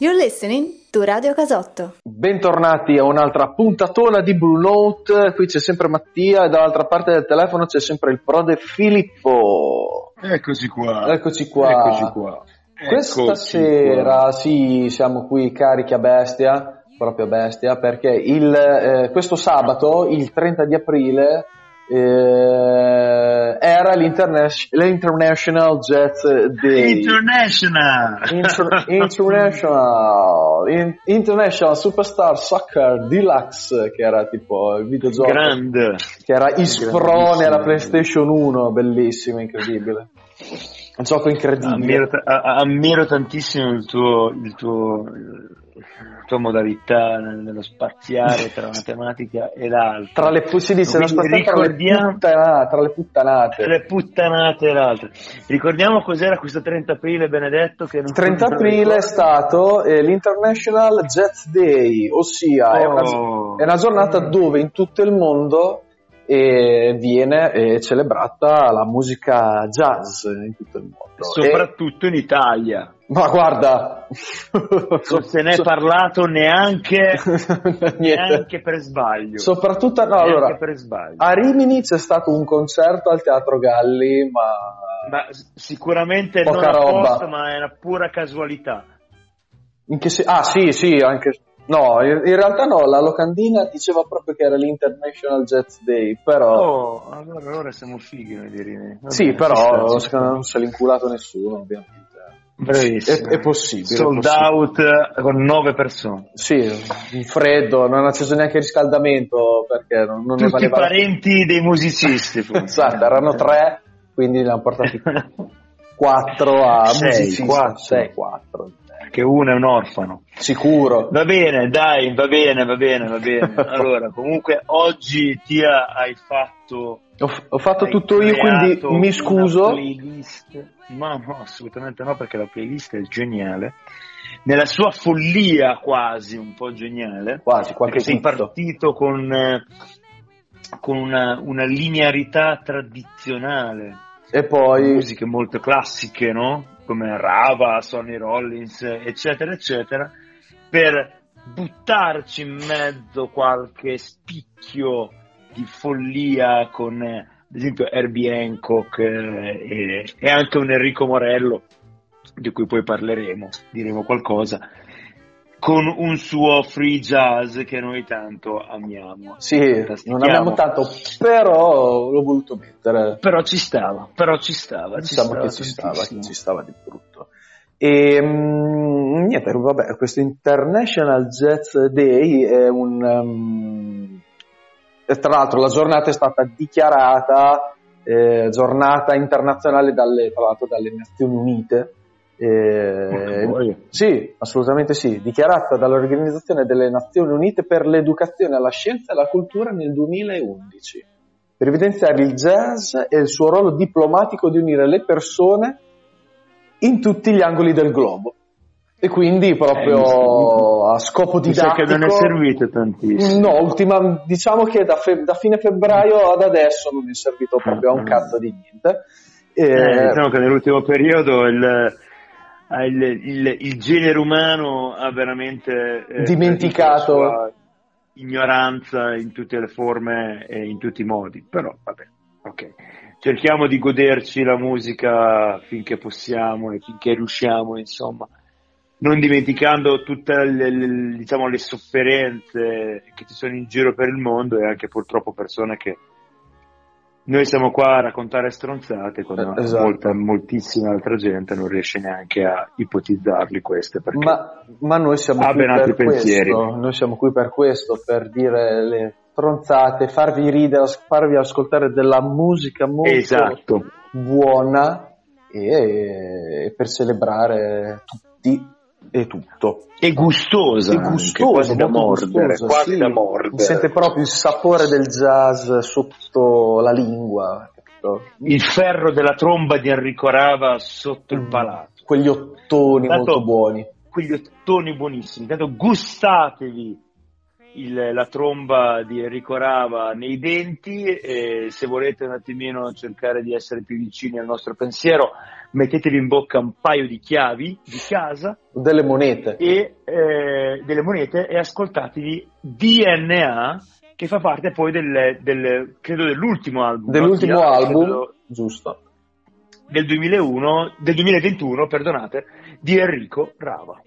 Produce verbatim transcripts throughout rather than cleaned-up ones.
You're listening to Radio Casotto. Bentornati a un'altra puntatona di Blue Note. Qui c'è sempre Mattia e dall'altra parte del telefono c'è sempre il prode Filippo. Eccoci qua. Eccoci qua. Eccoci qua. Questa Eccoci sera, qua. sì, siamo qui carichi a bestia, proprio a bestia, perché il, eh, questo sabato, il trenta di aprile, eh, era l'Interna- l'International Jazz Day. International! Inter- international in- International Superstar Soccer Deluxe, che era tipo il videogioco Grande. che era Isprone, era PlayStation uno, bellissimo, incredibile, un gioco incredibile. Ammiro, a- ammiro tantissimo il tuo, il tuo, la tua modalità nello spaziare tra una tematica e l'altra. Tra le, si dice Quindi tra le, ricordiamo- puttana- tra le puttanate. Le puttanate e l'altra. Ricordiamo cos'era questo trenta aprile benedetto che non Il trenta aprile è stato eh, l'International Jazz Day, ossia è, una, Oh. è una giornata dove in tutto il mondo eh, viene eh, celebrata la musica jazz in tutto il mondo. Soprattutto in Italia. E- ma guarda, Non se n'è so- parlato neanche, Niente. neanche per sbaglio. Soprattutto, no, Neanche allora, per sbaglio. a Rimini c'è stato un concerto al Teatro Galli, ma, Ma s- sicuramente Poca non roba. apposta, ma è una pura casualità. in che se- ah sì, sì, anche no, in, in realtà no, la locandina diceva proprio che era l'International Jazz Day, però Oh, allora, allora siamo fighi noi di Rimini. Va sì, bene, però ci sta, ci secondo sta. me non se l'ha inculato nessuno, ovviamente. Bravissimo. È- è possibile, è Sold possibile. out con nove persone. Sì, in freddo, non ha acceso neanche il riscaldamento perché non, non ne Tutti valeva la- parenti dei musicisti. forse. Esatto, erano tre, quindi ne hanno portati quattro a Sei, musicisti. quattro. sei, quattro. Che uno è un orfano. Sicuro. Va bene, dai, va bene, va bene, va bene. Allora, comunque oggi Tia hai fatto Ho, ho fatto hai tutto io, quindi creato mi una scuso. playlist. Ma no, assolutamente no, perché la playlist è geniale. Nella sua follia quasi un po' geniale. Quasi, qualche Perché sei pizzo. partito con, eh, con una, una linearità tradizionale. E poi Musiche molto classiche, no? Come Rava, Sonny Rollins, eccetera, eccetera, per buttarci in mezzo qualche spicchio di follia con, eh, ad esempio, Herbie Hancock eh, e, e anche un Enrico Morello, di cui poi parleremo, diremo qualcosa, con un suo free jazz che noi tanto amiamo. sì, non abbiamo tanto, però l'ho voluto mettere. Però ci stava, però ci stava. Ci Diciamo stava che ci stava, tantissimo. che ci stava di brutto. E mm, niente, vabbè, questo International Jazz Day è un um, e tra l'altro la giornata è stata dichiarata eh, giornata internazionale dalle, tra l'altro dalle Nazioni Unite. Eh, Porca sì, assolutamente sì, dichiarata dall'Organizzazione delle Nazioni Unite per l'Educazione alla Scienza e alla Cultura nel duemilaundici, per evidenziare il jazz e il suo ruolo diplomatico di unire le persone in tutti gli angoli del globo. E quindi proprio a scopo Mi sa didattico. che non è servito tantissimo. No, ultima, diciamo che da, fe- da fine febbraio ad adesso non è servito proprio a un cazzo di niente. Eh, Eh, diciamo che nell'ultimo periodo il, il, il, il genere umano ha veramente eh, Dimenticato. la sua ignoranza in tutte le forme e in tutti i modi. Però vabbè, ok. Cerchiamo di goderci la musica finché possiamo e finché riusciamo, insomma, non dimenticando tutte le, le, diciamo, le sofferenze che ci sono in giro per il mondo e anche purtroppo persone che noi siamo qua a raccontare stronzate quando Eh, esatto. molta, moltissima altra gente non riesce neanche a ipotizzarli queste perché ma, ma noi siamo ha qui ben altri per pensieri. questo, noi siamo qui per questo, per dire le stronzate, farvi ridere, farvi ascoltare della musica molto Esatto. buona e, e per celebrare tutti e tutto. E gustosa, È anche, gustoso, quasi da molto mordere, gustoso, quasi sì. da mordere. Si sente proprio il sapore del jazz sotto la lingua, capito? Il ferro della tromba di Enrico Rava sotto il palato. Quegli ottoni Tanto- molto buoni. Quegli ottoni buonissimi, intanto gustatevi il- la tromba di Enrico Rava nei denti, e se volete un attimino cercare di essere più vicini al nostro pensiero, mettetevi in bocca un paio di chiavi di casa Delle monete. e eh, delle monete e ascoltatevi D N A, che fa parte poi del, del- credo dell'ultimo album, no? Dell'ultimo Ti- album, credo giusto. del duemilauno, del duemilaventuno, perdonate, di Enrico Rava.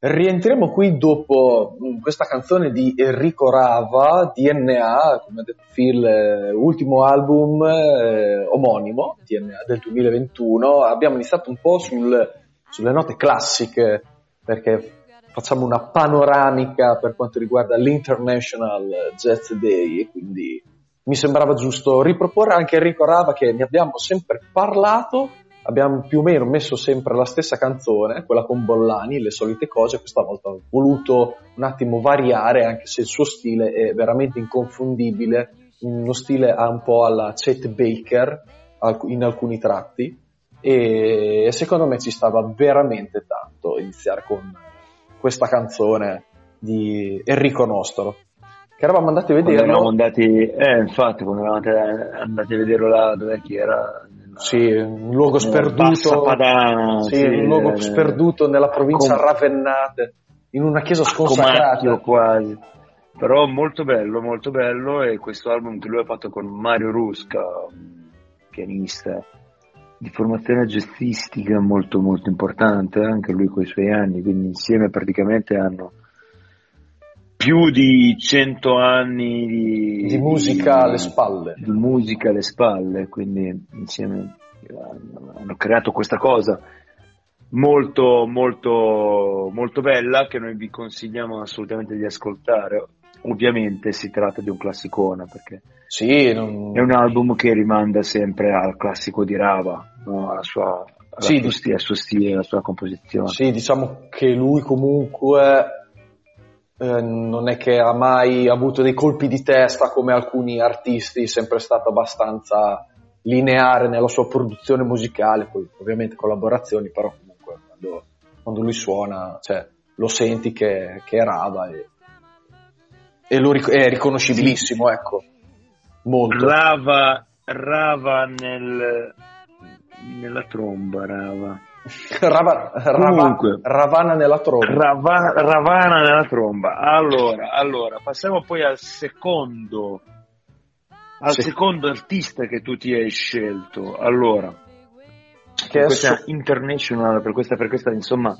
Rientriamo qui dopo questa canzone di Enrico Rava, D N A, come ha detto Phil, eh, ultimo album eh, omonimo, D N A del duemilaventuno. Abbiamo iniziato un po' sul, sulle note classiche, perché facciamo una panoramica per quanto riguarda l'International Jazz Day, e quindi mi sembrava giusto riproporre anche Enrico Rava, che ne abbiamo sempre parlato. Abbiamo più o meno messo sempre la stessa canzone, quella con Bollani, le solite cose. Questa volta ho voluto un attimo variare, anche se il suo stile è veramente inconfondibile, uno stile un po' alla Chet Baker in alcuni tratti, e secondo me ci stava veramente tanto iniziare con questa canzone di Enrico Nostro, che eravamo andati a vederlo. Quando eravamo andati, eh, infatti, quando eravamo andati a vederlo là, dove chi era? Sì, un luogo sperduto, Padana, sì, sì, un luogo eh, sperduto nella provincia com- ravennate, in una chiesa Comacchio sconsacrata. quasi, però molto bello, molto bello. E questo album che lui ha fatto con Mario Rusca, un pianista di formazione jazzistica molto molto importante, anche lui con i suoi anni, quindi insieme praticamente hanno più di cento anni di, Di musica di, alle spalle. di musica alle spalle, quindi insieme hanno, hanno creato questa cosa molto molto molto bella, che noi vi consigliamo assolutamente di ascoltare. Ovviamente si tratta di un classicone, perché Sì, non... è un album che rimanda sempre al classico di Rava, no? alla sua, alla Sì, suo stile, al suo stile, alla sua composizione. Sì, diciamo che lui comunque eh, non è che ha mai avuto dei colpi di testa come alcuni artisti, è sempre stato abbastanza lineare nella sua produzione musicale, poi ovviamente collaborazioni, però comunque quando, quando lui suona, cioè, lo senti che, che è Rava, e, e lo ric- è riconoscibilissimo, sì. Ecco, molto. Rava, Rava nel, nella tromba, Rava. Rava, Comunque, Rava, Ravana nella tromba. Rava, Ravana nella tromba. Allora, allora, passiamo poi al secondo, al sì. secondo artista che tu ti hai scelto. Allora, che per è questa su- international, per questa, per questa insomma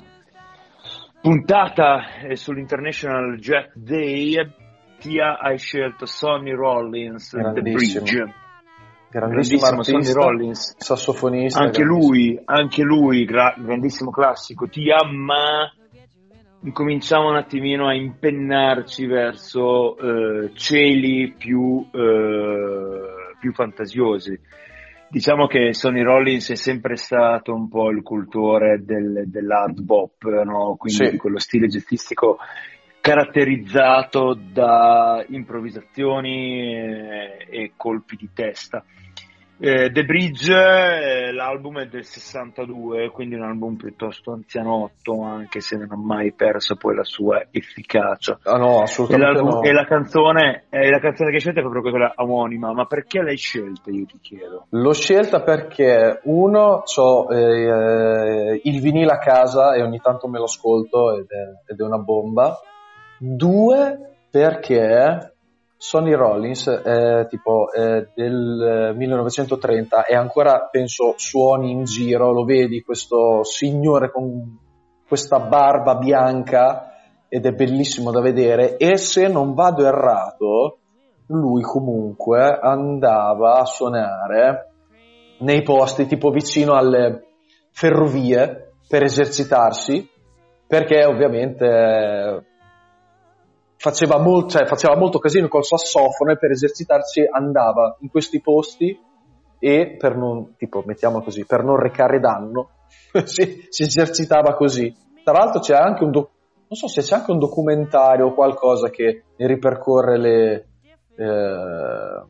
puntata sull'International Jazz Day, ti hai scelto Sonny Rollins, The Bridge. Grandissimo, grandissimo artista, Sonny Rollins, sassofonista, anche lui, anche lui gra- grandissimo classico, ti ama. Incominciamo un attimino a impennarci verso eh, cieli più, eh, più fantasiosi. Diciamo che Sonny Rollins è sempre stato un po' il cultore del, dell'hard bop, no? Quindi sì. di quello stile jazzistico caratterizzato da improvvisazioni e, e colpi di testa. Eh, The Bridge, eh, l'album è del sessantadue, quindi un album piuttosto anzianotto, anche se non ha mai perso poi la sua efficacia. Ah no, assolutamente e, no. E la canzone, e la canzone che hai scelto è proprio quella omonima. Ma perché l'hai scelta, io ti chiedo? L'ho scelta perché, uno, ho eh, il vinile a casa e ogni tanto me lo ascolto ed è, ed è una bomba. Due, perché Sonny Rollins è tipo è del millenovecentotrenta e ancora, penso, suoni in giro, lo vedi questo signore con questa barba bianca ed è bellissimo da vedere. E se non vado errato, lui comunque andava a suonare nei posti tipo vicino alle ferrovie per esercitarsi, perché ovviamente faceva molto, cioè, faceva molto casino col sassofono, e per esercitarsi andava in questi posti e per non, tipo, mettiamo così, per non recare danno si, si esercitava così. Tra l'altro c'è anche un doc- non so se c'è anche un documentario o qualcosa che ne ripercorre le eh,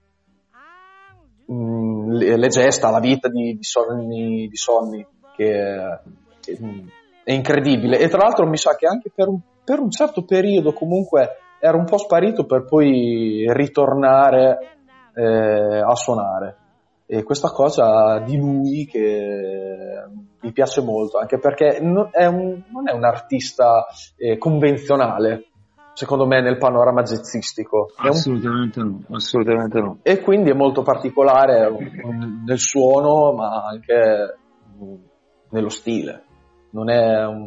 le, le gesta, la vita di, di Sonny, di Sonny che è, è incredibile. E tra l'altro mi sa che anche per un per un certo periodo comunque era un po' sparito per poi ritornare eh, a suonare, e questa cosa di lui che mi piace molto, anche perché non è un, non è un artista eh, convenzionale, secondo me, nel panorama jazzistico. Assolutamente no, assolutamente no. E quindi è molto particolare nel suono, ma anche nello stile. Non è un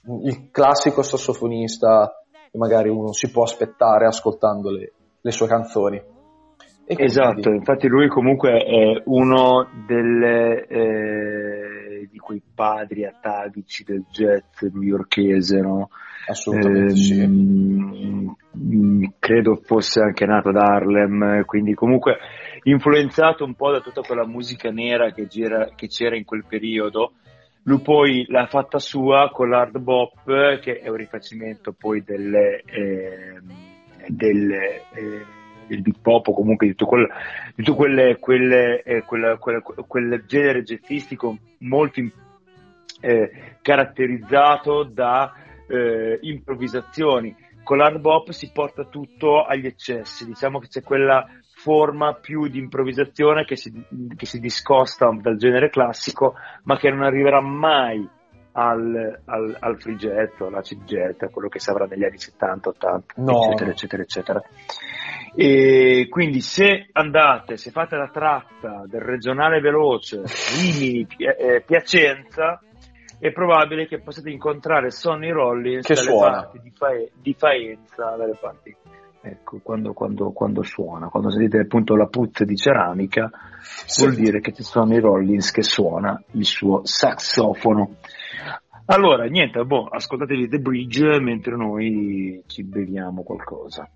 il classico sassofonista che magari uno si può aspettare ascoltando le, le sue canzoni. E quindi... Esatto, infatti lui comunque è uno delle, eh, di quei padri atavici del jazz newyorkese, no? Assolutamente eh, sì. Credo fosse anche nato ad Harlem, quindi comunque influenzato un po' da tutta quella musica nera che, gira, che c'era in quel periodo. Lui poi l'ha fatta sua con l'hard bop, che è un rifacimento poi delle, eh, delle eh, del big pop o comunque di tutto quel, di tutto quelle, quelle, eh, quella, quella, quel genere jazzistico molto eh, caratterizzato da eh, improvvisazioni. Con l'hard bop si porta tutto agli eccessi, diciamo che c'è quella forma più di improvvisazione che si, che si discosta dal genere classico, ma che non arriverà mai al, al, al free jazz o all'acid jazz, a quello che si avrà negli anni settanta, ottanta, no. eccetera, eccetera, eccetera. E quindi se andate, se fate la tratta del regionale veloce Rimini eh, Piacenza, è probabile che possiate incontrare Sonny Rollins che dalle suona. parti di, Fa- di Faenza, dalle parti, ecco, quando, quando, quando suona, quando sentite appunto la puzza di ceramica, sì. Vuol dire che c'è Sonny Rollins che suona il suo sassofono. Allora, niente, boh, ascoltatevi The Bridge mentre noi ci beviamo qualcosa.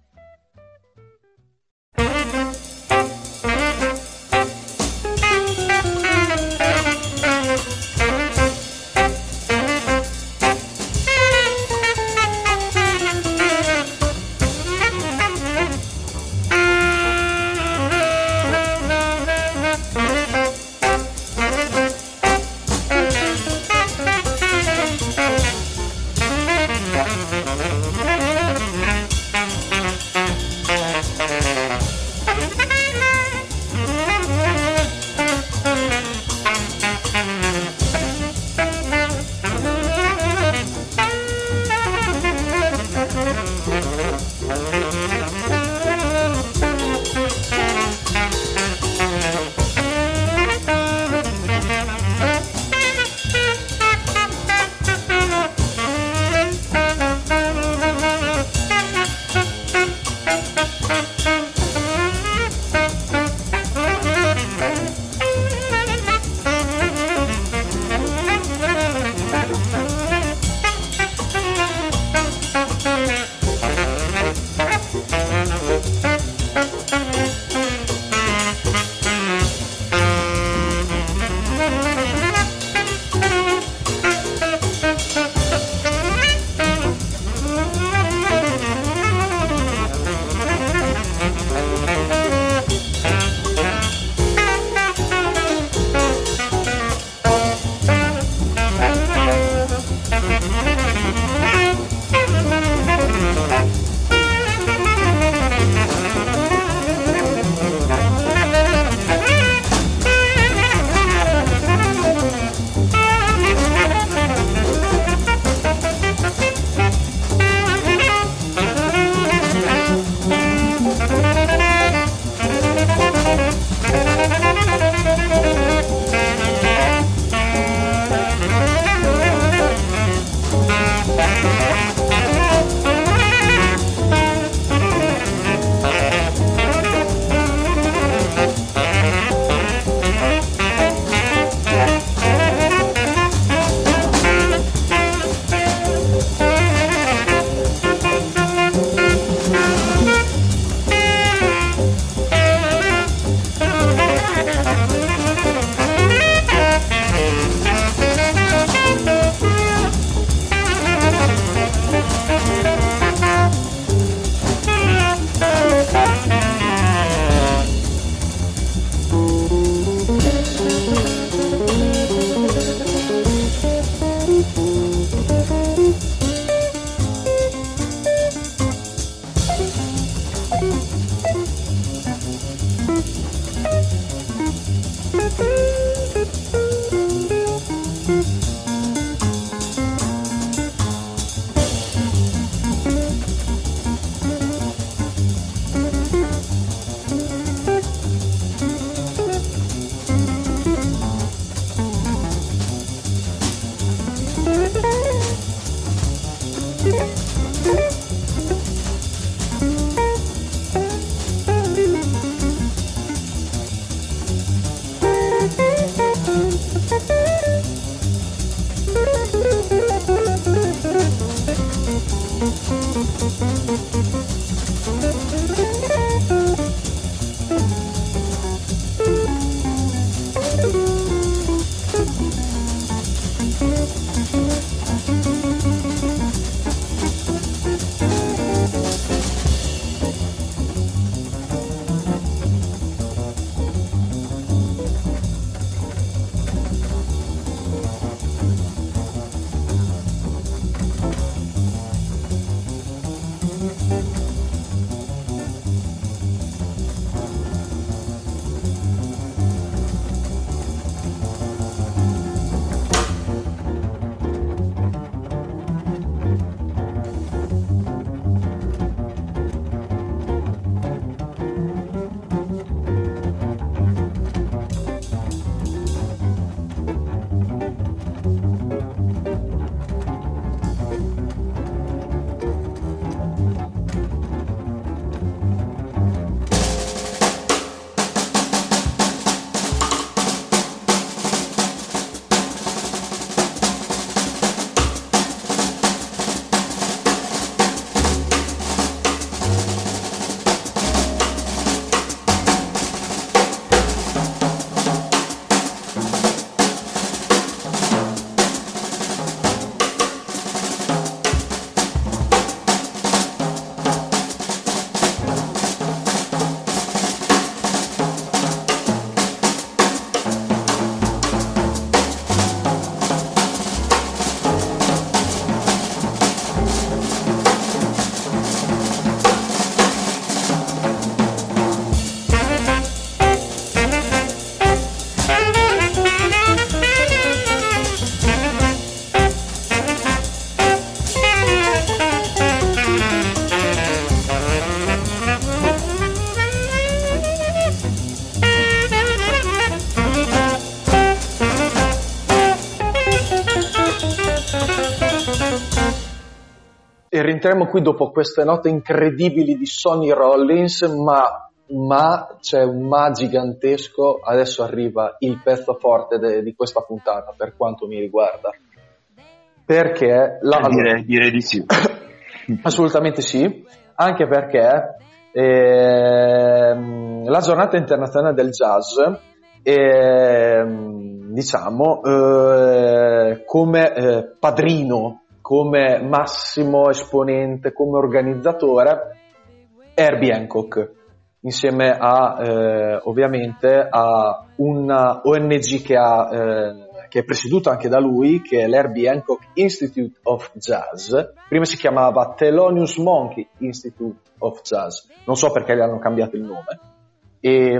E rientriamo qui dopo queste note incredibili di Sonny Rollins, ma, ma c'è un ma gigantesco. Adesso arriva il pezzo forte de, di questa puntata, per quanto mi riguarda. Perché... La, eh, direi, direi di sì. Assolutamente sì, anche perché eh, la giornata internazionale del jazz, eh, diciamo, eh, come eh, padrino, come massimo esponente, come organizzatore, Herbie Hancock, insieme a, eh, ovviamente, a una O N G che, ha, eh, che è presieduta anche da lui, che è l'Herbie Hancock Institute of Jazz. Prima si chiamava Thelonious Monk Institute of Jazz, non so perché gli hanno cambiato il nome. E,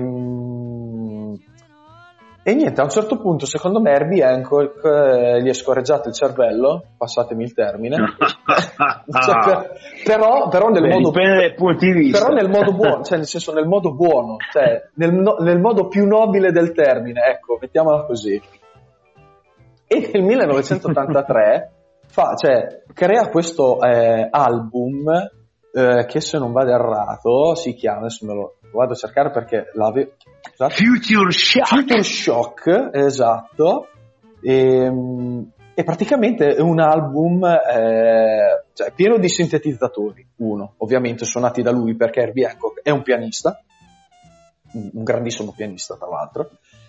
E niente, a un certo punto, secondo me, Herbie Hancock eh, gli è scorreggiato il cervello, passatemi il termine, cioè, per, però, però nel Beh, modo dipende dai punti di vista. però nel modo buono, cioè nel senso nel modo buono, cioè nel, no, nel modo più nobile del termine, ecco, mettiamola così. E nel millenovecentottantatré fa, cioè, crea questo eh, album eh, che, se non vado errato, si chiama, adesso me lo vado a cercare perché l'avevo... Future Shock. Future Shock, esatto. E, e praticamente è un album eh, cioè, pieno di sintetizzatori. Uno, ovviamente suonati da lui, perché Herbie Hancock è un pianista, un grandissimo pianista tra l'altro.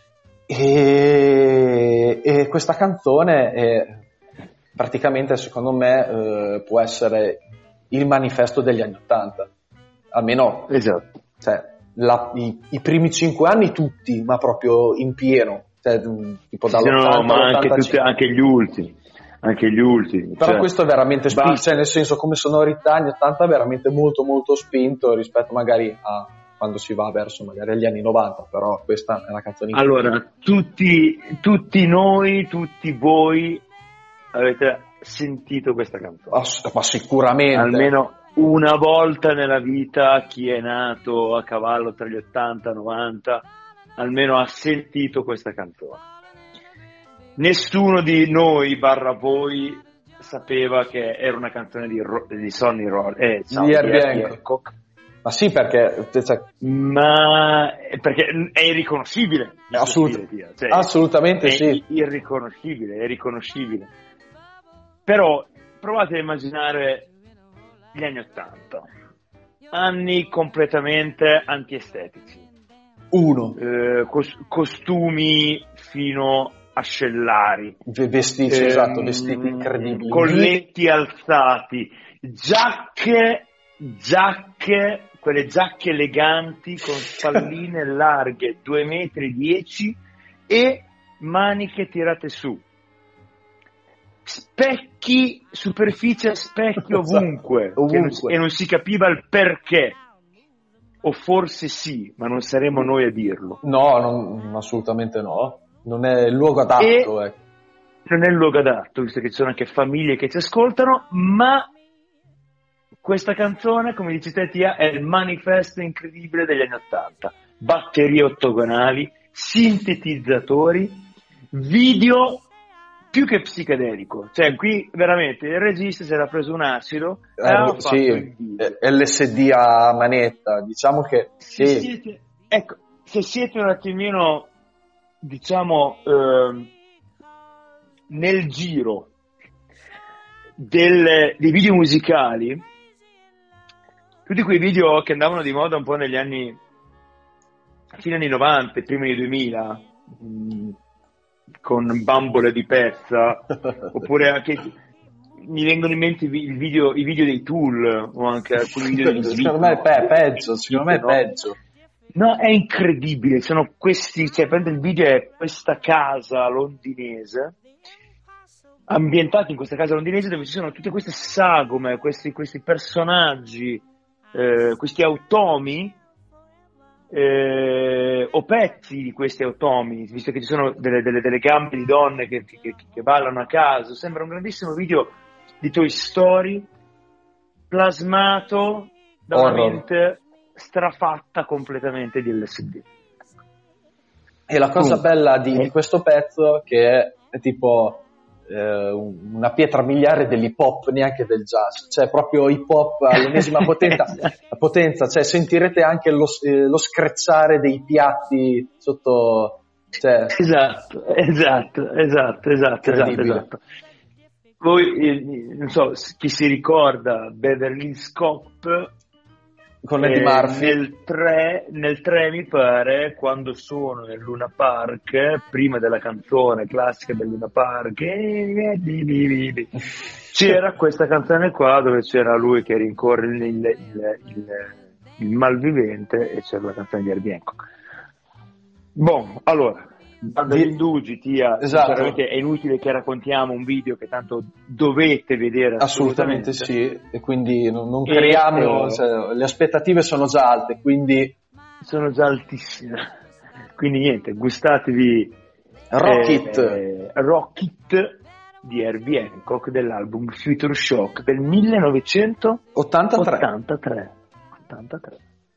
E, e questa canzone è, praticamente, secondo me, eh, può essere il manifesto degli anni Ottanta, almeno, esatto. Cioè, la, i, i primi cinque anni tutti, ma proprio in pieno, cioè, tipo dall'ottanta no, ma anche, tutti, anche gli ultimi, anche gli ultimi. Però cioè, questo è veramente spinto, cioè, nel senso, come sonorità anni ottanta è veramente molto molto spinto rispetto magari a quando si va verso magari gli anni novanta, però questa è una canzone. Allora, tutti, tutti noi, tutti voi avete sentito questa canzone? Ah, ma sicuramente. Almeno una volta nella vita, chi è nato a cavallo tra gli ottanta e novanta almeno ha sentito questa canzone. Nessuno di noi barra voi sapeva che era una canzone di, Ro- di Sonny Rollins, eh, di Herbie Hancock. Ma sì, perché cioè, ma perché è irriconoscibile. Assolut- dire, cioè, assolutamente è sì. irriconoscibile, è riconoscibile. Però provate a immaginare gli anni Ottanta, anni completamente antiestetici. Uno. Eh, cos- costumi fino a scellari. Vestiti, eh, esatto, vestiti incredibili. Colletti alzati, giacche, giacche, quelle giacche eleganti con spalline larghe, due metri dieci e maniche tirate su. Specchi, superficie a specchio ovunque, ovunque. Che non, e non si capiva il perché, o forse sì, ma non saremo noi a dirlo. No, non, assolutamente no, non è il luogo adatto. E ecco. Non è il luogo adatto, visto che ci sono anche famiglie che ci ascoltano, ma questa canzone, come dici te Tia, è il manifesto incredibile degli anni Ottanta. Batterie ottagonali, sintetizzatori, video più che psichedelico, cioè qui veramente il regista si era preso un acido e eh, ha fatto sì, il video. L S D a manetta, diciamo che se sì. siete, ecco, se siete un attimino, diciamo, eh, nel giro del, dei video musicali, tutti quei video che andavano di moda un po' negli anni, fine anni novanta, primi anni duemila, mh, con bambole di pezza, oppure anche mi vengono in mente i video, i video dei Tool, o anche alcuni video di secondo me è pe- peggio, secondo me è peggio. No, è incredibile, sono questi, cioè prende il video è questa casa londinese, ambientata in questa casa londinese dove ci sono tutte queste sagome, questi, questi personaggi, eh, questi automi, Eh, o pezzi di questi automi, visto che ci sono delle, delle, delle gambe di donne che, che, che ballano a caso. Sembra un grandissimo video di Toy Story plasmato da una mente strafatta completamente di L S D. E la cosa uh, bella di, eh. di questo pezzo che è, è tipo eh, una pietra miliare dell'hip hop, neanche del jazz, cioè proprio hip hop all'ennesima potenza, potenza, cioè sentirete anche lo, eh, lo screcciare dei piatti sotto, cioè, esatto, esatto, esatto, esatto, esatto, esatto. Voi, eh, non so, chi si ricorda Beverly Hills Cop con Eddie eh, Murphy nel tre, nel tre mi pare, quando sono nel Luna Park, prima della canzone classica del Luna Park, eh, di, di, di, di, c'era questa canzone qua dove c'era lui che rincorre il, il, il, il, il malvivente, e c'era la canzone di Herbie Hancock. Bon, allora, banda di indugi, Tia, esatto. Sinceramente è inutile che raccontiamo un video che tanto dovete vedere assolutamente, assolutamente sì, e quindi non, non creiamo, e, cioè, le aspettative sono già alte, quindi sono già altissime, quindi niente, gustatevi Rock It, eh, Rock It di Herbie Hancock dell'album Future Shock del millenovecentottantatré. ottantatré. ottantatré.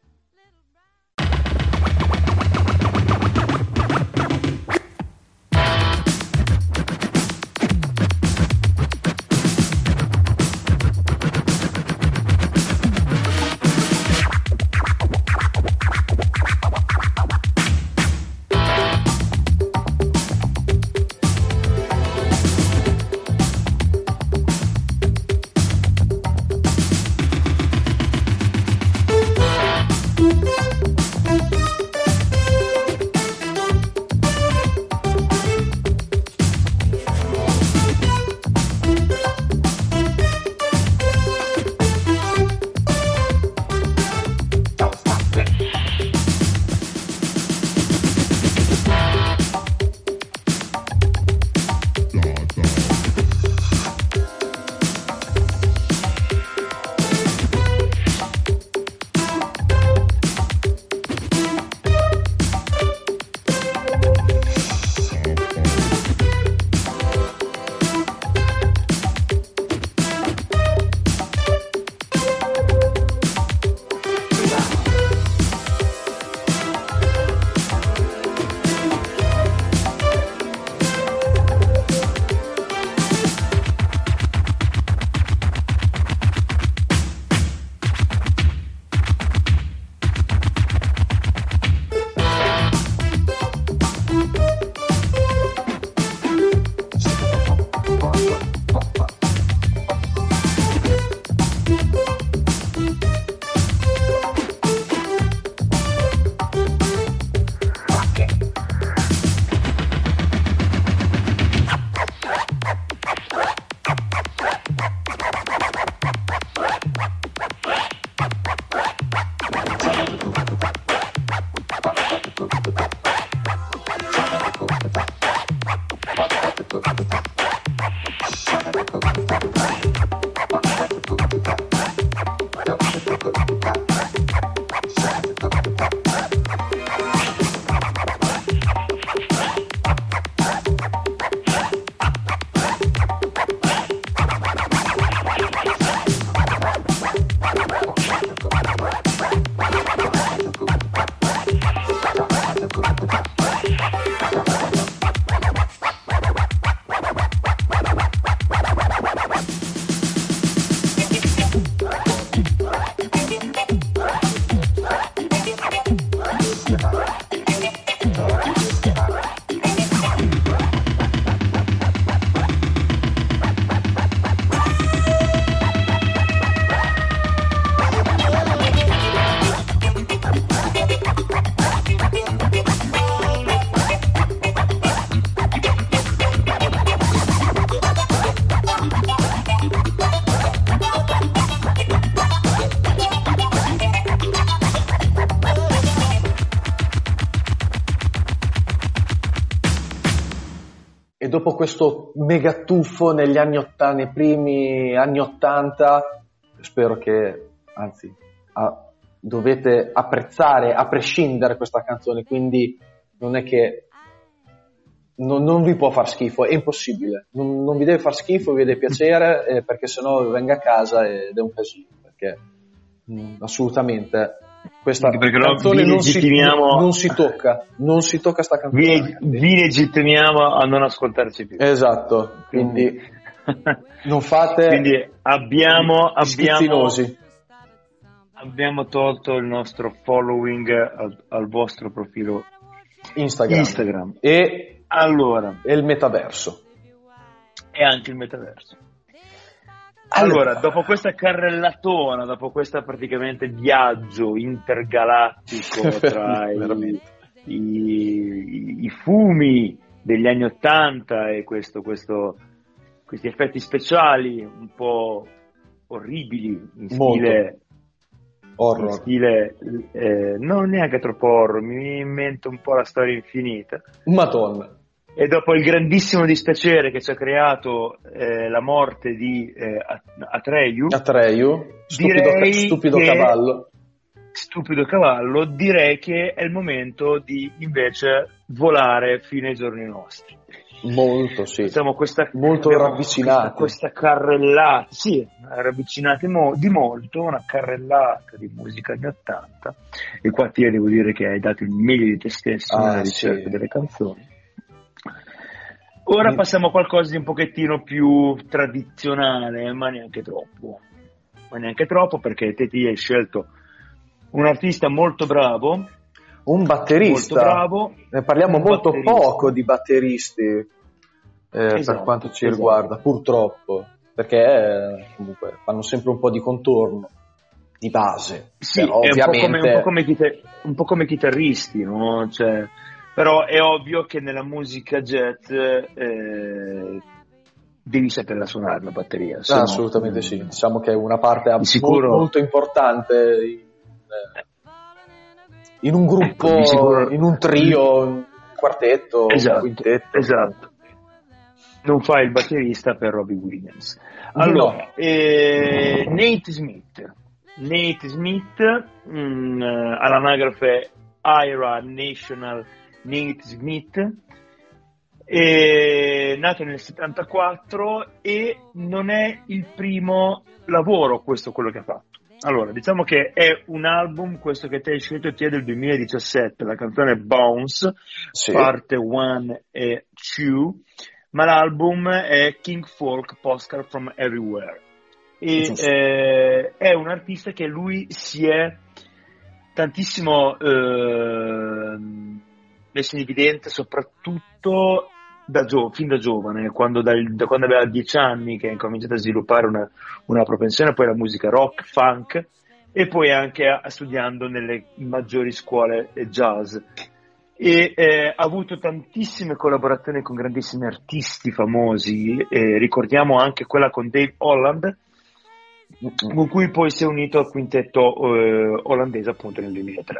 E dopo questo mega tuffo negli anni ottanta, nei primi anni ottanta, spero che, anzi, a, dovete apprezzare a prescindere questa canzone, quindi non è che non, non vi può far schifo, è impossibile, non, non vi deve far schifo, vi deve piacere, eh, perché sennò venga a casa ed è un casino, perché mh, assolutamente Questa Anche perché no, canzone vi non si, legittimiamo- non si tocca, non si tocca sta canzone. Vi, vi legittimiamo a non ascoltarci più. Esatto, quindi non fate Quindi abbiamo, gli abbiamo, schizzinosi. abbiamo tolto il nostro following al, al vostro profilo Instagram, Instagram. E, Allora, e il metaverso. e anche il metaverso. Allora, dopo questa carrellatona, dopo questo praticamente viaggio intergalattico tra i, Veramente. i, i fumi degli anni Ottanta e questo, questo, questi effetti speciali un po' orribili in stile, Horror. in stile eh, non neanche troppo horror, mi viene in mente un po' la storia infinita. Madonna. E dopo il grandissimo dispiacere che ci ha creato eh, la morte di eh, Atreyu, Atreyu, stupido, direi stupido che- cavallo. stupido cavallo, direi che è il momento di invece volare fino ai giorni nostri. Molto, sì. Facciamo questa, Molto abbiamo ravvicinati. Questa, questa carrellata, sì, ravvicinati mo- di molto, una carrellata di musica anni ottanta. E qua ti devo dire che hai dato il meglio di te stesso Ah, nella ricerca sì. delle canzoni. Ora Mm. passiamo a qualcosa di un pochettino più tradizionale, ma neanche troppo. Ma neanche troppo, perché te ti hai scelto un artista molto bravo, Un batterista. molto bravo. Ne parliamo un molto batterista. poco di batteristi eh, Esatto, per quanto ci esatto. riguarda, purtroppo, perché eh, comunque fanno sempre un po' di contorno, di base. Sì, Però, è un po' come, ovviamente, un po' come chita- un po' come chitarristi, no? Cioè, però è ovvio che nella musica jazz eh, devi saperla suonare la batteria. se ah, no, assolutamente mm, sì. Diciamo che è una parte Di sicuro- molto, molto importante in, eh, in un gruppo, Ecco, di sicuro- in un trio, un quartetto, un Esatto, quintetto. esatto. Non fai il batterista per Robbie Williams. Allora, No. eh, Nate Smith. Nate Smith, mh, all'anagrafe Ira National Nate Smith, è nato nel settantaquattro e non è il primo lavoro questo quello che ha fatto. Allora, diciamo che è un album, questo che te hai scelto ti è del duemiladiciassette, la canzone Bounce, Sì. parte uno e due, ma l'album è King Folk Postcard from Everywhere. E Giusto. eh, è un artista che lui si è tantissimo eh, messo in evidenza soprattutto da gio- fin da giovane, quando, dal- da quando aveva dieci anni che ha incominciato a sviluppare una, una propensione poi alla musica rock, funk, e poi anche a, studiando nelle maggiori scuole eh, jazz. E eh, ha avuto tantissime collaborazioni con grandissimi artisti famosi, eh, ricordiamo anche quella con Dave Holland, con cui poi si è unito al quintetto eh, olandese appunto nel duemilatré.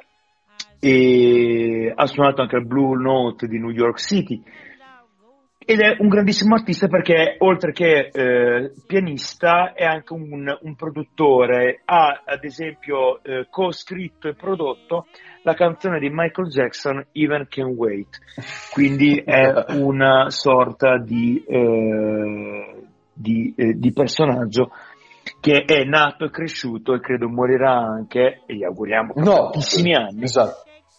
E ha suonato anche al Blue Note di New York City ed è un grandissimo artista perché oltre che eh, pianista è anche un, un produttore. Ha ad esempio eh, co-scritto e prodotto la canzone di Michael Jackson Even Can Wait, quindi è una sorta di, eh, di, eh, di personaggio che è nato e cresciuto e credo morirà anche, e gli auguriamo per No, tantissimi sì, anni, esatto.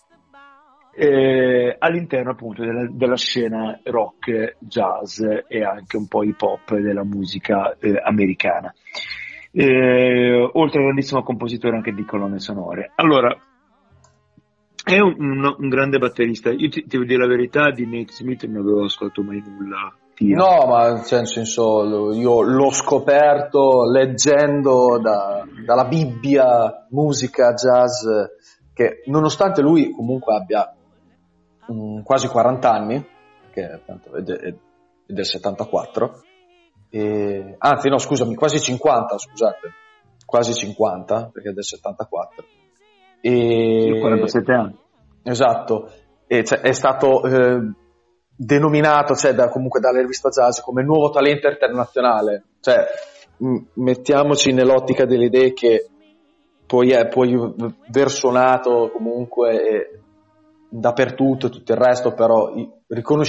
eh, all'interno appunto della, della scena rock, jazz e anche un po' hip hop della musica eh, americana, eh, oltre a grandissimo compositore anche di colonne sonore. Allora, è un, un, un grande batterista. Io ti, ti devo dire la verità, di Nate Smith non avevo ascoltato mai nulla. Tiro. No, ma cioè, nel senso, lo- io l'ho scoperto leggendo da- dalla Bibbia musica jazz, che nonostante lui comunque abbia mm, quasi quaranta anni, che tanto è, de- è del settantaquattro, e, anzi no scusami, quasi cinquanta, scusate, quasi cinquanta, perché è del settantaquattro. E, Io ho quarantasette anni. Esatto, e cioè, è stato eh, denominato, cioè, da, comunque dalle riviste jazz come il nuovo talento internazionale. Cioè, m- mettiamoci nell'ottica delle idee che poi è poi aver suonato comunque eh, dappertutto e tutto il resto, però i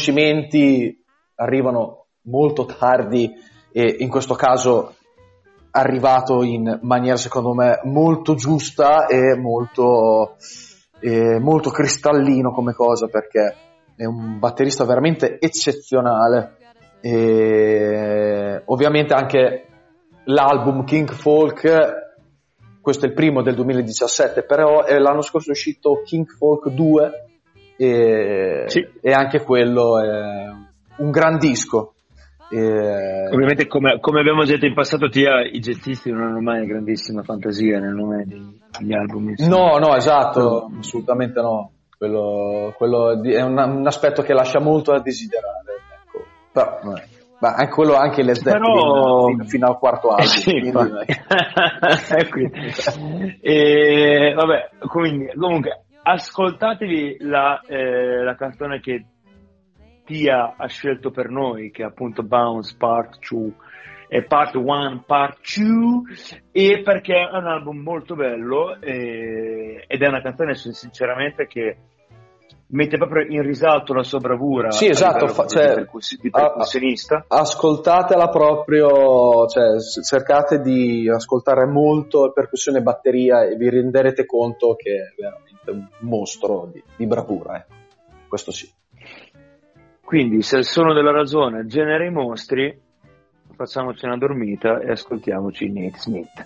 riconoscimenti arrivano molto tardi e in questo caso arrivato in maniera secondo me molto giusta e molto, e molto cristallino come cosa, perché è un batterista veramente eccezionale. E ovviamente anche l'album King Folk, questo è il primo del duemiladiciassette, però l'anno scorso è uscito King Folk due e, sì. e anche quello è un gran disco. E... Ovviamente, come, come abbiamo detto in passato, Tia, i jazzisti non hanno mai grandissima fantasia nel nome degli album. No, no, esatto, no. Assolutamente no. Quello, quello è un, un aspetto che lascia molto a desiderare. Ecco. Però, no. Ma anche quello, anche le Però... fino, fino al quarto album. Sì, quindi, e, vabbè, quindi, comunque, ascoltatevi la, eh, la canzone che Tia ha scelto per noi, che è appunto Bounce Part due e Part uno, Part due, e perché è un album molto bello e, ed è una canzone sinceramente che mette proprio in risalto la sua bravura. Sì, esatto, fa, cioè, di, percuss- di percussionista. Ascoltatela proprio, cioè, cercate di ascoltare molto percussione e batteria e vi renderete conto che è veramente un mostro di, di bravura, eh. Questo sì. Quindi, se sono della ragione, genere i mostri, facciamoci una dormita e ascoltiamoci Nate Smith.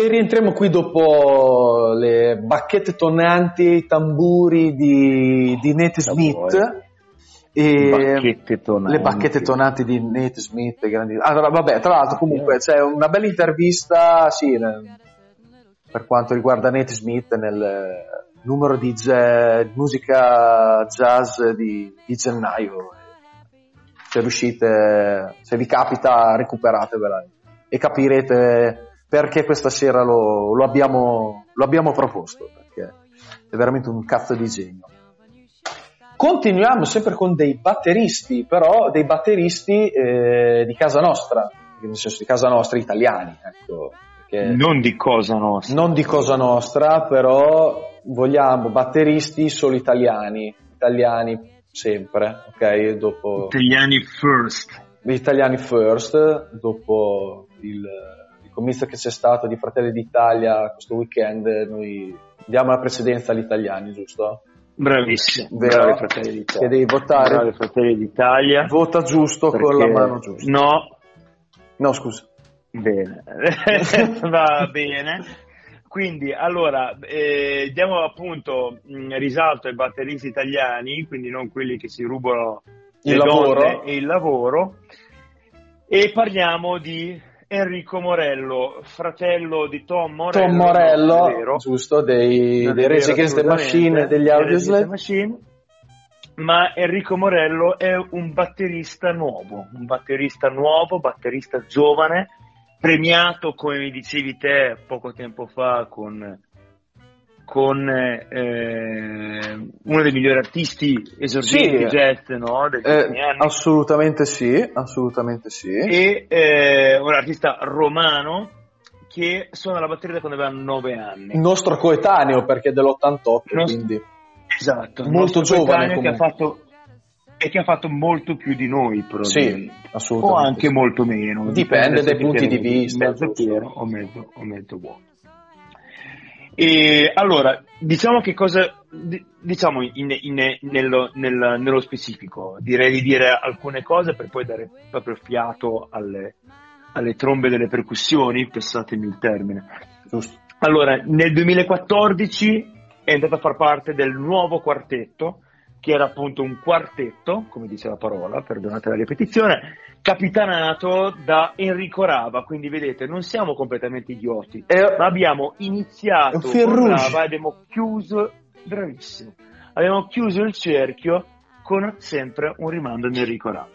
E rientriamo qui dopo le bacchette tonanti e i tamburi di, di Nate Smith. E bacchette tonanti. Le bacchette tonanti di Nate Smith. Grandi... Allora, vabbè, tra l'altro comunque c'è una bella intervista, sì, per quanto riguarda Nate Smith nel numero di jazz, musica jazz di, di gennaio. Se riuscite, se vi capita, recuperatevela e capirete perché questa sera lo, lo, abbiamo, lo abbiamo proposto, perché è veramente un cazzo di genio. Continuiamo sempre con dei batteristi, però dei batteristi eh, di casa nostra, nel senso di casa nostra italiani, ecco, perché non di cosa nostra. Non di cosa nostra, però vogliamo batteristi solo italiani, italiani sempre, ok? Dopo italiani first. Gli italiani first, dopo il, il comizio che c'è stato di Fratelli d'Italia questo weekend, noi diamo la precedenza agli italiani, giusto? Bravissimo, vero? Bravi Fratelli d'Italia. Che devi votare. Bravi Fratelli d'Italia. Vota giusto perché... con la mano giusta. No. No, scusa. Bene. Va bene. Quindi, allora, eh, diamo appunto mh, risalto ai batteristi italiani, quindi non quelli che si rubano il le lavoro donne e il lavoro, e parliamo di Enrico Morello, fratello di Tom Morello. Tom Morello, vero, giusto, dei, dei Rage Against the Machine e degli Audioslave. Ma Enrico Morello è un batterista nuovo, un batterista nuovo, batterista giovane, premiato, come mi dicevi te poco tempo fa, con, con eh, uno dei migliori artisti esordienti sì, jazz, no, degli eh, ultimi anni. Assolutamente sì, assolutamente sì. E eh, un artista romano che suona la batteria da quando aveva nove anni. Il nostro coetaneo, perché è dell'ottantotto, nostro, quindi esatto, molto giovane che ha fatto e che ha fatto molto più di noi, sì, assolutamente, o anche sì. molto meno, dipende, dipende dai punti di vista, mezzo pieno o mezzo, o mezzo vuoto. E allora, diciamo che cosa, diciamo in, in, nello, nel, nello specifico, direi di dire alcune cose per poi dare proprio fiato alle, alle trombe delle percussioni, passatemi il termine. Giusto. Allora, nel duemilaquattordici è entrato a far parte del nuovo quartetto, che era appunto un quartetto, come dice la parola, perdonate la ripetizione, capitanato da Enrico Rava. Quindi vedete, non siamo completamente idioti, eh, ma abbiamo iniziato con Rava ed abbiamo chiuso, bravissimo, abbiamo chiuso il cerchio con sempre un rimando di Enrico Rava.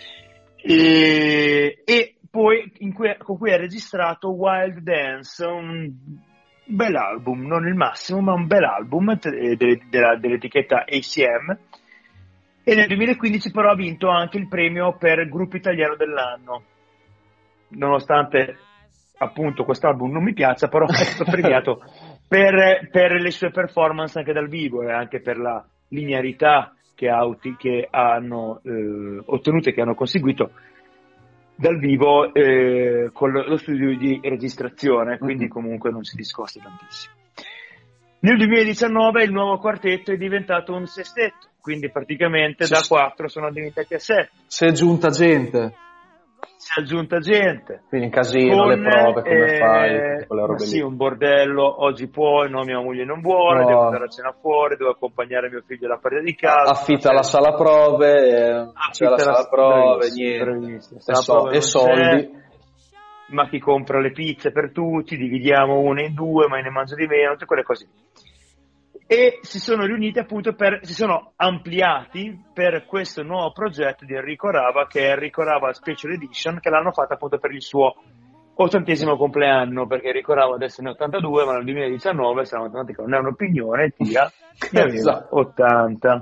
E, e poi in cui, con cui ha registrato Wild Dance, un bel album, non il massimo, ma un bel album de- de- de- dell'etichetta A C M, e nel duemilaquindici però ha vinto anche il premio per gruppo italiano dell'anno, nonostante appunto quest'album non mi piaccia, però è stato premiato per, per le sue performance anche dal vivo e anche per la linearità che, ha, che hanno eh, ottenuto e che hanno conseguito dal vivo eh, con lo studio di registrazione, quindi mm-hmm. comunque non si discosta tantissimo. Nel duemiladiciannove il nuovo quartetto è diventato un sestetto, quindi praticamente sì, da quattro sono diventati a sette. Si è aggiunta gente. Si è aggiunta gente. Quindi in casino, con, le prove, come eh, fai? Con le robe sì, lì. Un bordello, oggi puoi, no, mia moglie non vuole, no. Devo andare a cena fuori, devo accompagnare mio figlio alla partita di casa. Affitta la sala prove, eh, c'è la sala prove, niente. E, so, e soldi. C'è. Ma chi compra le pizze per tutti, dividiamo una in due, ma ne mangio di meno, tutte quelle cose. E si sono riuniti appunto per, si sono ampliati per questo nuovo progetto di Enrico Rava, che è Enrico Rava Special Edition, che l'hanno fatto appunto per il suo ottantesimo compleanno, perché Enrico Rava adesso ne ha ottantadue, ma nel duemiladiciannove, se non è un'opinione, tia, ne aveva ottanta.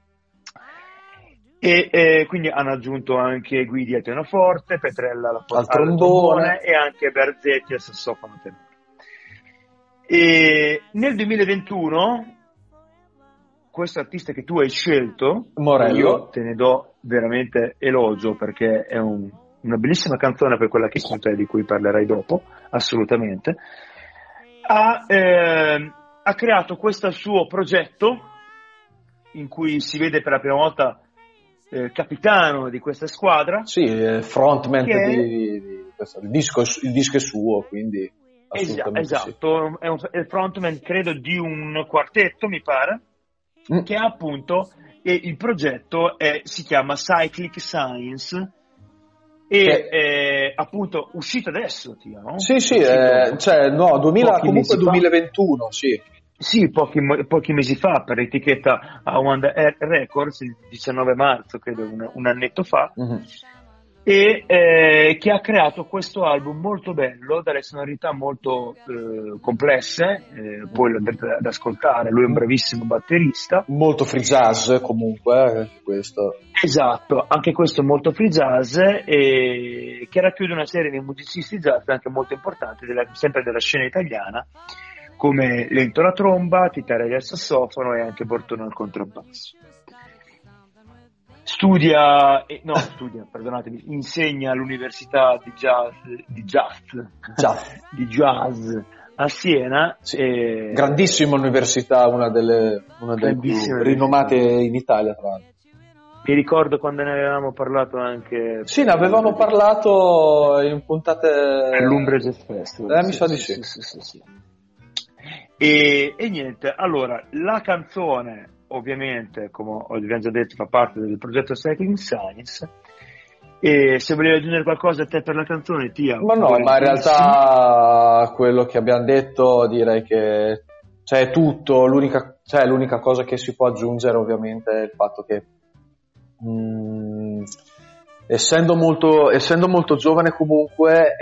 E eh, quindi hanno aggiunto anche Guidi al pianoforte, Petrella alla al trombone e anche Berzetti al sassofono tenore. E nel duemilaventuno questo artista che tu hai scelto, Morello, io te ne do veramente elogio, perché è un, una bellissima canzone per quella che conta e di cui parlerai dopo, assolutamente, ha, eh, ha creato questo suo progetto in cui si vede per la prima volta Eh, capitano di questa squadra, sì, frontman che... di, di, di questo, il, disco, il disco è suo, quindi assolutamente esatto, sì. È, un, è il frontman credo di un quartetto, mi pare, mm. che appunto e il progetto è, si chiama Cyclic Science e che... è appunto uscito adesso, tio, no? Sì, sì, eh, cioè no, duemila, comunque duemilaventuno, sì. Sì, pochi, pochi mesi fa per etichetta A One Records, il diciannove marzo, credo, un, un annetto fa. Mm-hmm. E eh, che ha creato questo album molto bello, dalle sonorità molto eh, complesse, eh, poi lo andrete ad ascoltare, lui è un bravissimo batterista. Molto free jazz comunque, eh, questo. Esatto, anche questo molto free jazz, e che racchiude una serie di musicisti jazz anche molto importanti, della, sempre della scena italiana, come Lento alla tromba, Titarelli al sassofono e anche Bortone al contrabbasso. Studia, eh, no, studia, perdonatemi, insegna all'università di jazz, di jazz, jazz. di jazz a Siena. Sì. E... grandissima università, una delle, una delle più rinomate in Italia, tra l'altro. Mi ricordo quando ne avevamo parlato anche. Sì, ne avevamo di... parlato in puntate. All'Umbria Jazz Festival. Eh, sì, mi sa sì, di sì. sì, sì, sì. E, e niente, allora, la canzone. Ovviamente, come abbiamo già detto, fa parte del progetto Cycling Science. E se volevi aggiungere qualcosa a te per la canzone, Tia. Ma no, ma in realtà quello che abbiamo detto direi che cioè, è tutto. L'unica, cioè, l'unica cosa che si può aggiungere ovviamente è il fatto che mh, essendo, molto, essendo molto giovane comunque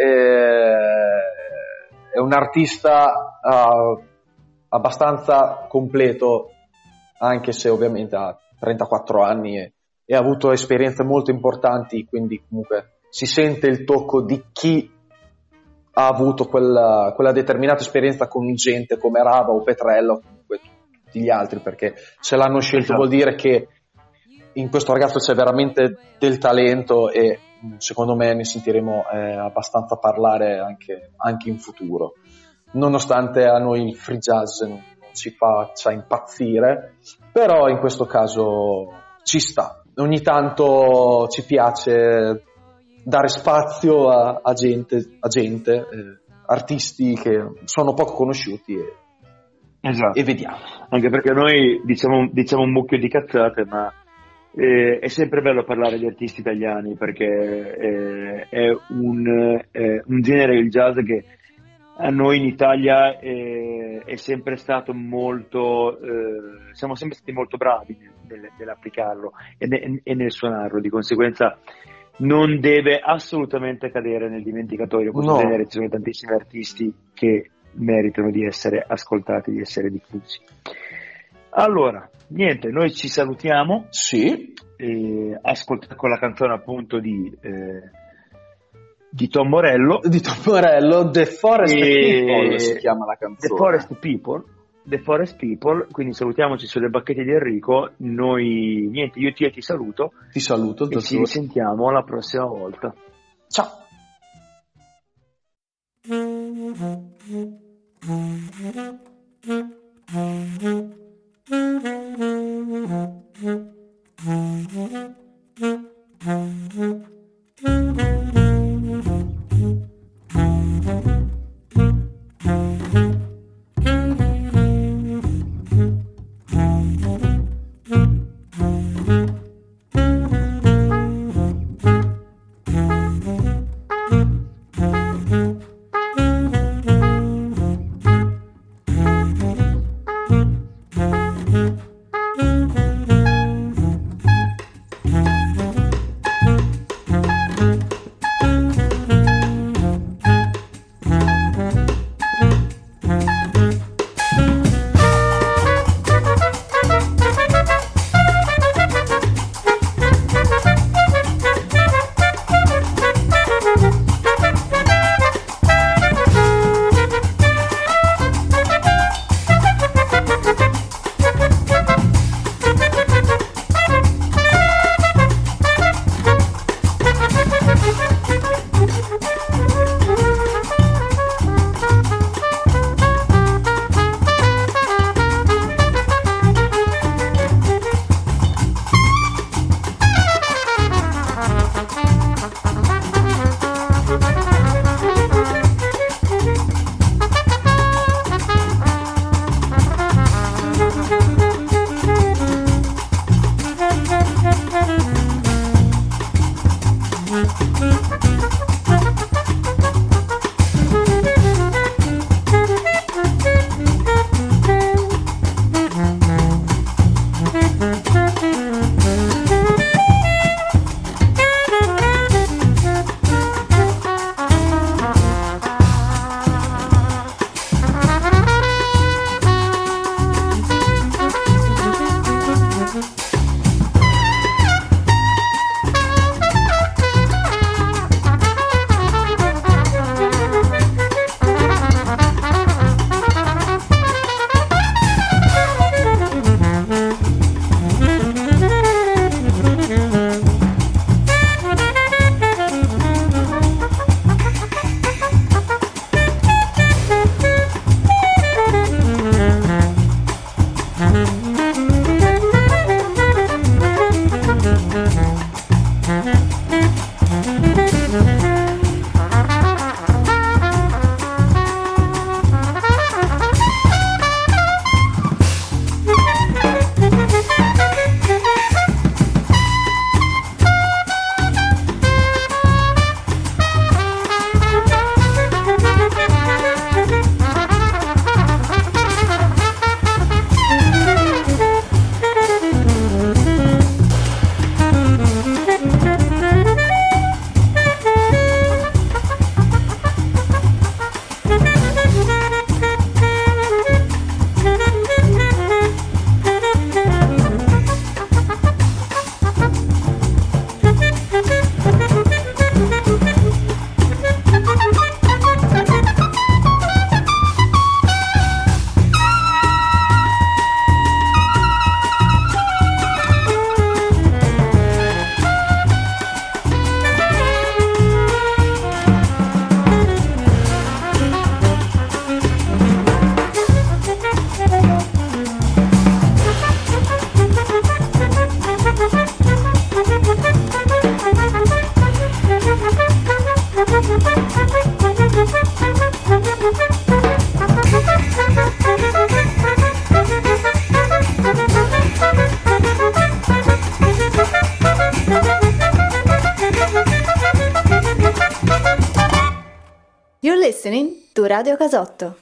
è, è un artista uh, abbastanza completo, anche se ovviamente ha trentaquattro anni e, e ha avuto esperienze molto importanti, quindi comunque si sente il tocco di chi ha avuto quella, quella determinata esperienza con gente come Rava o Petrella o comunque tutti gli altri, perché se l'hanno scelto esatto. Vuol dire che in questo ragazzo c'è veramente del talento e secondo me ne sentiremo eh, abbastanza parlare anche, anche in futuro, nonostante a noi il free jazz non ci faccia impazzire, però in questo caso ci sta. Ogni tanto ci piace dare spazio a, a gente, a gente eh, artisti che sono poco conosciuti e, esatto. e vediamo. Anche perché noi diciamo, diciamo un mucchio di cazzate, ma eh, è sempre bello parlare di artisti italiani, perché eh, è un, eh, un genere, il jazz, che a noi in Italia è, è sempre stato molto, eh, siamo sempre stati molto bravi nel, nell'applicarlo e, ne, e nel suonarlo, di conseguenza non deve assolutamente cadere nel dimenticatoio questo no. genere. Ci sono tantissimi artisti che meritano di essere ascoltati, di essere diffusi. Allora, niente, noi ci salutiamo. Sì. E ascoltiamo con la canzone appunto di... Eh, di Tom Morello di Tom Morello, The Forest e... People si chiama la canzone. The Forest People The Forest People, quindi salutiamoci sulle bacchette di Enrico. Noi niente, io ti, ti saluto ti saluto e ci risentiamo la prossima volta. Ciao. You're listening to Radio Casotto.